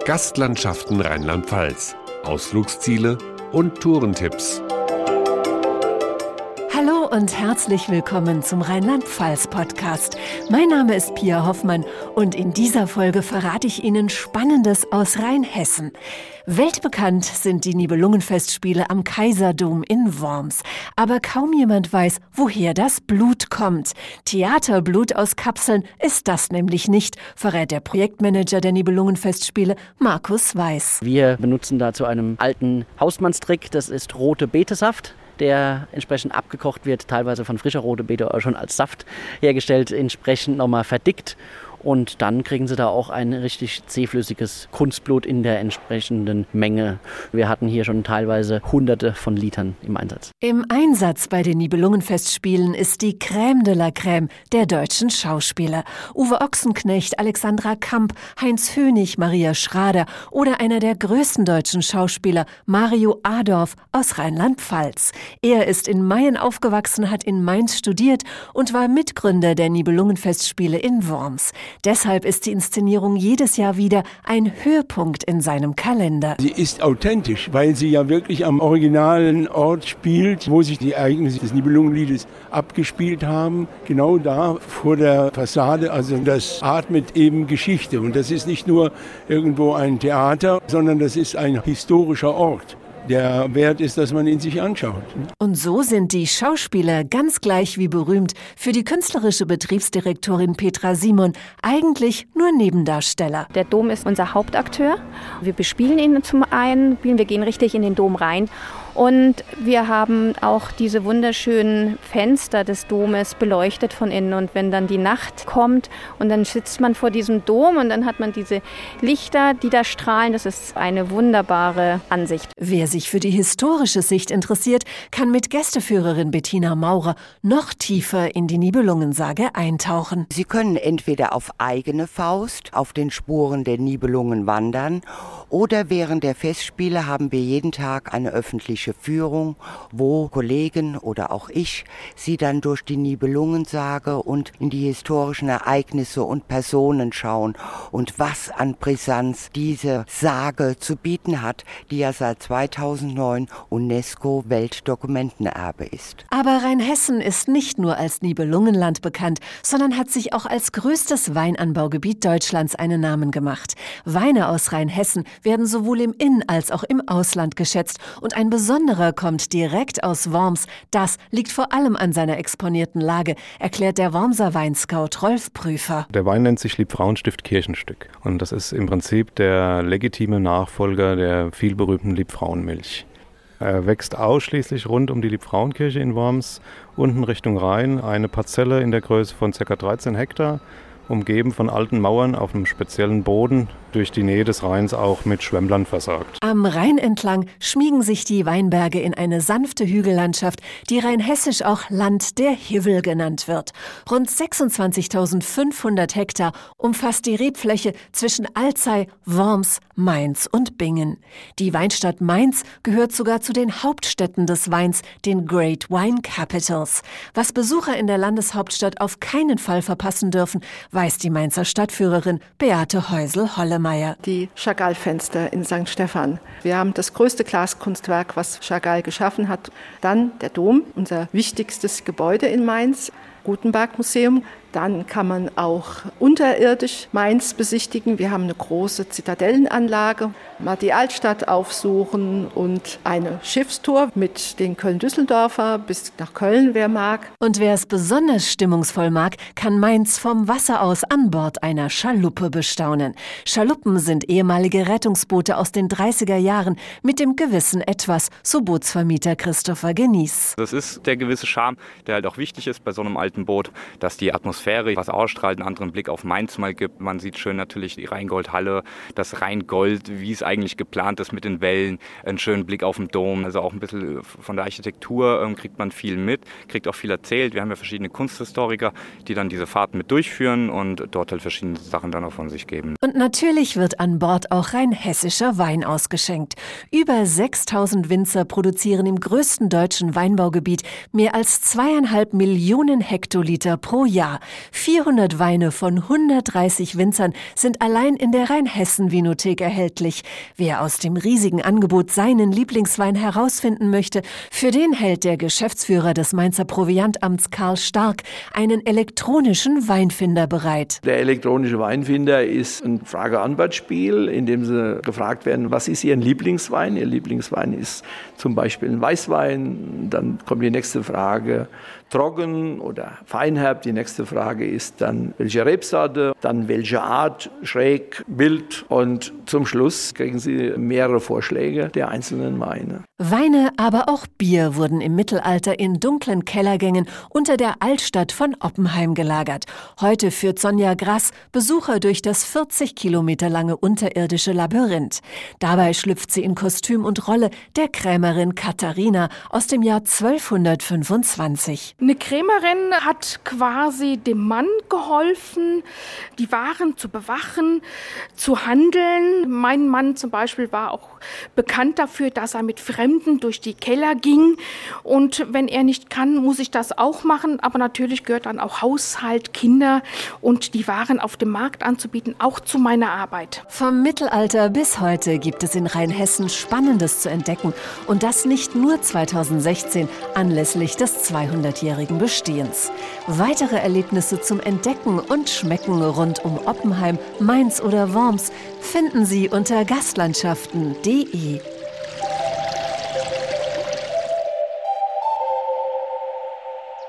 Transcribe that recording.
Gastlandschaften Rheinland-Pfalz, Ausflugsziele und Tourentipps. Hallo und herzlich willkommen zum Rheinland-Pfalz-Podcast. Mein Name ist Pia Hoffmann und in dieser Folge verrate ich Ihnen Spannendes aus Rheinhessen. Weltbekannt sind die Nibelungenfestspiele am Kaiserdom in Worms. Aber kaum jemand weiß, woher das Blut kommt. Theaterblut aus Kapseln ist das nämlich nicht, verrät der Projektmanager der Nibelungenfestspiele, Markus Weiß. Wir benutzen dazu einen alten Hausmannstrick, das ist rote Betesaft, der entsprechend abgekocht wird, teilweise von frischer rote Beete oder schon als Saft hergestellt, entsprechend nochmal verdickt. Und dann kriegen Sie da auch ein richtig zähflüssiges Kunstblut in der entsprechenden Menge. Wir hatten hier schon teilweise Hunderte von Litern im Einsatz. Im Einsatz bei den Nibelungenfestspielen ist die Crème de la Crème der deutschen Schauspieler. Uwe Ochsenknecht, Alexandra Kamp, Heinz Hönig, Maria Schrader oder einer der größten deutschen Schauspieler, Mario Adorf aus Rheinland-Pfalz. Er ist in Mayen aufgewachsen, hat in Mainz studiert und war Mitgründer der Nibelungenfestspiele in Worms. Deshalb ist die Inszenierung jedes Jahr wieder ein Höhepunkt in seinem Kalender. Sie ist authentisch, weil sie ja wirklich am originalen Ort spielt, wo sich die Ereignisse des Nibelungenliedes abgespielt haben. Genau da vor der Fassade. Also das atmet eben Geschichte. Und das ist nicht nur irgendwo ein Theater, sondern das ist ein historischer Ort. Der wert ist, dass man ihn sich anschaut. Und so sind die Schauspieler ganz gleich wie berühmt für die künstlerische Betriebsdirektorin Petra Simon eigentlich nur Nebendarsteller. Der Dom ist unser Hauptakteur. Wir bespielen ihn zum einen, wir gehen richtig in den Dom rein. Und wir haben auch diese wunderschönen Fenster des Domes beleuchtet von innen. Und wenn dann die Nacht kommt und dann sitzt man vor diesem Dom und dann hat man diese Lichter, die da strahlen, das ist eine wunderbare Ansicht. Wer sich für die historische Sicht interessiert, kann mit Gästeführerin Bettina Maurer noch tiefer in die Nibelungensage eintauchen. Sie können entweder auf eigene Faust auf den Spuren der Nibelungen wandern oder während der Festspiele haben wir jeden Tag eine öffentliche Führung, wo Kollegen oder auch ich sie dann durch die Nibelungensage und in die historischen Ereignisse und Personen schauen und was an Brisanz diese Sage zu bieten hat, die ja seit 2009 UNESCO-Weltdokumentenerbe ist. Aber Rheinhessen ist nicht nur als Nibelungenland bekannt, sondern hat sich auch als größtes Weinanbaugebiet Deutschlands einen Namen gemacht. Weine aus Rheinhessen werden sowohl im In- als auch im Ausland geschätzt und ein besonderer kommt direkt aus Worms. Das liegt vor allem an seiner exponierten Lage, erklärt der Wormser Weinscout Rolf Prüfer. Der Wein nennt sich Liebfrauenstift Kirchenstück und das ist im Prinzip der legitime Nachfolger der vielberühmten Liebfrauenmilch. Er wächst ausschließlich rund um die Liebfrauenkirche in Worms, unten Richtung Rhein, eine Parzelle in der Größe von ca. 13 Hektar, umgeben von alten Mauern auf einem speziellen Boden, durch die Nähe des Rheins auch mit Schwemmland versorgt. Am Rhein entlang schmiegen sich die Weinberge in eine sanfte Hügellandschaft, die rheinhessisch auch Land der Hivel genannt wird. Rund 26.500 Hektar umfasst die Rebfläche zwischen Alzey, Worms, Mainz und Bingen. Die Weinstadt Mainz gehört sogar zu den Hauptstädten des Weins, den Great Wine Capitals. Was Besucher in der Landeshauptstadt auf keinen Fall verpassen dürfen, weiß die Mainzer Stadtführerin Beate Häusel-Hollemeier. Die Chagall-Fenster in St. Stephan. Wir haben das größte Glaskunstwerk, was Chagall geschaffen hat. Dann der Dom, unser wichtigstes Gebäude in Mainz, Gutenberg-Museum. Dann kann man auch unterirdisch Mainz besichtigen. Wir haben eine große Zitadellenanlage, mal die Altstadt aufsuchen und eine Schiffstour mit den Köln-Düsseldorfer bis nach Köln, wer mag. Und wer es besonders stimmungsvoll mag, kann Mainz vom Wasser aus an Bord einer Schaluppe bestaunen. Schaluppen sind ehemalige Rettungsboote aus den 30er Jahren mit dem gewissen Etwas, so Bootsvermieter Christopher Genieß. Das ist der gewisse Charme, der halt auch wichtig ist bei so einem alten Boot, dass die Atmosphäre, was ausstrahlt, einen anderen Blick auf Mainz mal gibt. Man sieht schön natürlich die Rheingoldhalle, das Rheingold, wie es eigentlich geplant ist mit den Wellen, einen schönen Blick auf den Dom. Also auch ein bisschen von der Architektur kriegt man viel mit, kriegt auch viel erzählt. Wir haben ja verschiedene Kunsthistoriker, die dann diese Fahrten mit durchführen und dort halt verschiedene Sachen dann auch von sich geben. Und natürlich wird an Bord auch rheinhessischer Wein ausgeschenkt. Über 6.000 Winzer produzieren im größten deutschen Weinbaugebiet mehr als 2,5 Millionen Hektar Hektoliter pro Jahr. 400 Weine von 130 Winzern sind allein in der Rheinhessen-Vinothek erhältlich. Wer aus dem riesigen Angebot seinen Lieblingswein herausfinden möchte, für den hält der Geschäftsführer des Mainzer Proviantamts Karl Stark einen elektronischen Weinfinder bereit. Der elektronische Weinfinder ist ein Frage-Antwort-Spiel, in dem Sie gefragt werden, was ist Ihr Lieblingswein? Ihr Lieblingswein ist zum Beispiel ein Weißwein. Dann kommt die nächste Frage, trocken oder feinherb. Die nächste Frage ist dann, welche Rebsorte, dann welche Art, schräg, wild. Und zum Schluss kriegen Sie mehrere Vorschläge der einzelnen Weine. Weine, aber auch Bier wurden im Mittelalter in dunklen Kellergängen unter der Altstadt von Oppenheim gelagert. Heute führt Sonja Grass Besucher durch das 40 Kilometer lange unterirdische Labyrinth. Dabei schlüpft sie in Kostüm und Rolle der Krämerin Katharina aus dem Jahr 1225. Eine Krämerin hat quasi dem Mann geholfen, die Waren zu bewachen, zu handeln. Mein Mann zum Beispiel war auch bekannt dafür, dass er mit Fremden durch die Keller ging. Und wenn er nicht kann, muss ich das auch machen. Aber natürlich gehört dann auch Haushalt, Kinder und die Waren auf dem Markt anzubieten, auch zu meiner Arbeit. Vom Mittelalter bis heute gibt es in Rheinhessen Spannendes zu entdecken. Und das nicht nur 2016 anlässlich des 200-jährigen Bestehens. Weitere Erlebnisse zum Entdecken und Schmecken rund um Oppenheim, Mainz oder Worms finden Sie unter gastlandschaften.de.